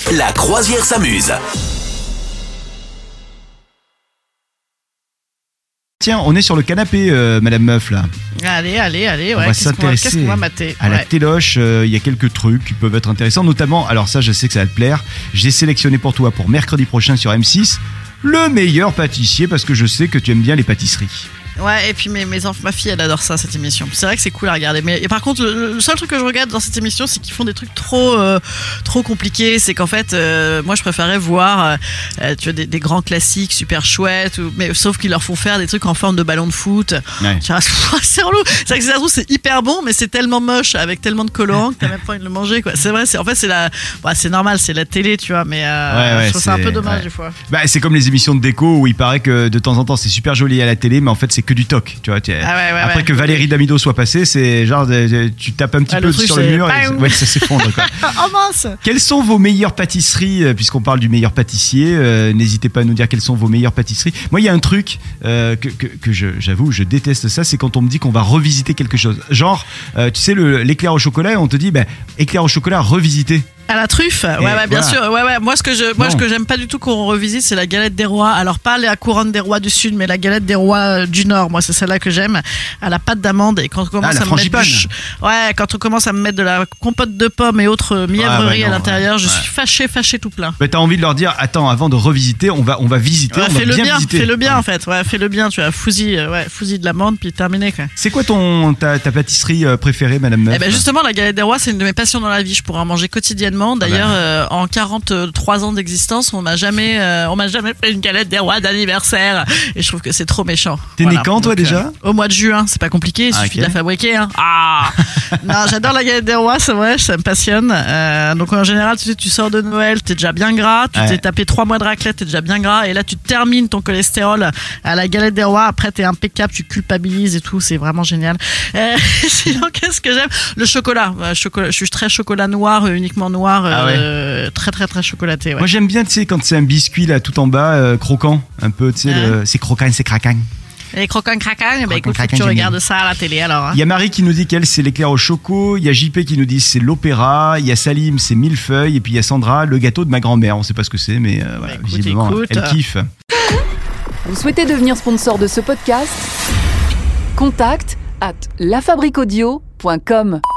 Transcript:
La croisière s'amuse. Tiens, on est sur le canapé, Madame Meuf, là. Allez, On va s'intéresser qu'est-ce qu'on va mater à la téloche. Il y a quelques trucs qui peuvent être intéressants, notamment, alors ça, je sais que ça va te plaire. J'ai sélectionné pour toi, pour mercredi prochain sur M6, le meilleur pâtissier, parce que je sais que tu aimes bien les pâtisseries. Ouais, et puis ma fille, elle adore ça, cette émission. C'est vrai que c'est cool à regarder. Mais et par contre, le seul truc que je regarde dans cette émission, c'est qu'ils font des trucs trop compliqués. C'est qu'en fait, moi, je préférais voir tu vois, des grands classiques super chouettes, mais sauf qu'ils leur font faire des trucs en forme de ballon de foot. Ouais. Tu vois, c'est relou. C'est vrai que ça se trouve, c'est hyper bon, mais c'est tellement moche avec tellement de colorants que t'as même pas envie de le manger, quoi. C'est vrai, en fait, c'est normal, c'est la télé, tu vois, mais je trouve ça un peu dommage des fois. Bah, c'est comme les émissions de déco où il paraît que de temps en temps c'est super joli à la télé, mais en fait c'est que du toc, tu vois. Après que Valérie Damido soit passée, c'est genre tu tapes un petit peu sur le mur et ça s'effondre, quoi. Oh mince. Quelles sont vos meilleures pâtisseries, puisqu'on parle du meilleur pâtissier, n'hésitez pas à nous dire quelles sont vos meilleures pâtisseries. Moi il y a un truc que j'avoue je déteste ça, c'est quand on me dit qu'on va revisiter quelque chose, genre tu sais l'éclair au chocolat, on te dit éclair au chocolat revisité. À la truffe, ouais, bien sûr. Ouais. Moi, ce que j'aime pas du tout qu'on revisite, c'est la galette des rois. Alors, pas la couronne des rois du Sud, mais la galette des rois du Nord. Moi, c'est celle-là que j'aime. À la pâte d'amande. Et quand on commence à me mettre quand on commence à me mettre de la compote de pommes et autres mièvreries à l'intérieur, je suis fâché tout plein. Mais t'as envie de leur dire, attends, avant de revisiter, on va visiter, on va bien visiter. Fais-le bien, en fait. Ouais, fais-le bien. Tu vois, fousil de l'amande, puis terminé, quoi. C'est quoi ta pâtisserie préférée, Madame Meuf? Justement, la galette des rois, c'est une de mes passions dans la vie. Je pourrais en manger quotidiennement. D'ailleurs, en 43 ans d'existence, on m'a jamais fait une galette des rois d'anniversaire, et je trouve que c'est trop méchant. T'es né quand, toi, déjà? Au mois de juin, c'est pas compliqué, il suffit de la fabriquer, hein. Non, j'adore la galette des rois, c'est vrai, ça me passionne. Donc en général, tu sors de Noël, t'es déjà bien gras, tu t'es tapé 3 mois de raclette, t'es déjà bien gras, et là tu termines ton cholestérol à la galette des rois. Après t'es impeccable, tu culpabilises et tout, c'est vraiment génial. Sinon, qu'est-ce que j'aime? Le chocolat. Je suis très chocolat noir, uniquement noir. Très très très chocolaté. Ouais. Moi j'aime bien, tu sais, quand c'est un biscuit là tout en bas, croquant, un peu, tu sais, c'est croquant, c'est craquant. Les croquants craquants, écoute, faut que tu regardes ça à la télé alors. Il y a Marie qui nous dit qu'elle c'est l'éclair au choco, il y a JP qui nous dit c'est l'opéra, il y a Salim c'est millefeuille, et puis il y a Sandra le gâteau de ma grand-mère. On sait pas ce que c'est, mais voilà, visiblement elle kiffe. Vous souhaitez devenir sponsor de ce podcast ? Contact @lafabriquaudio.com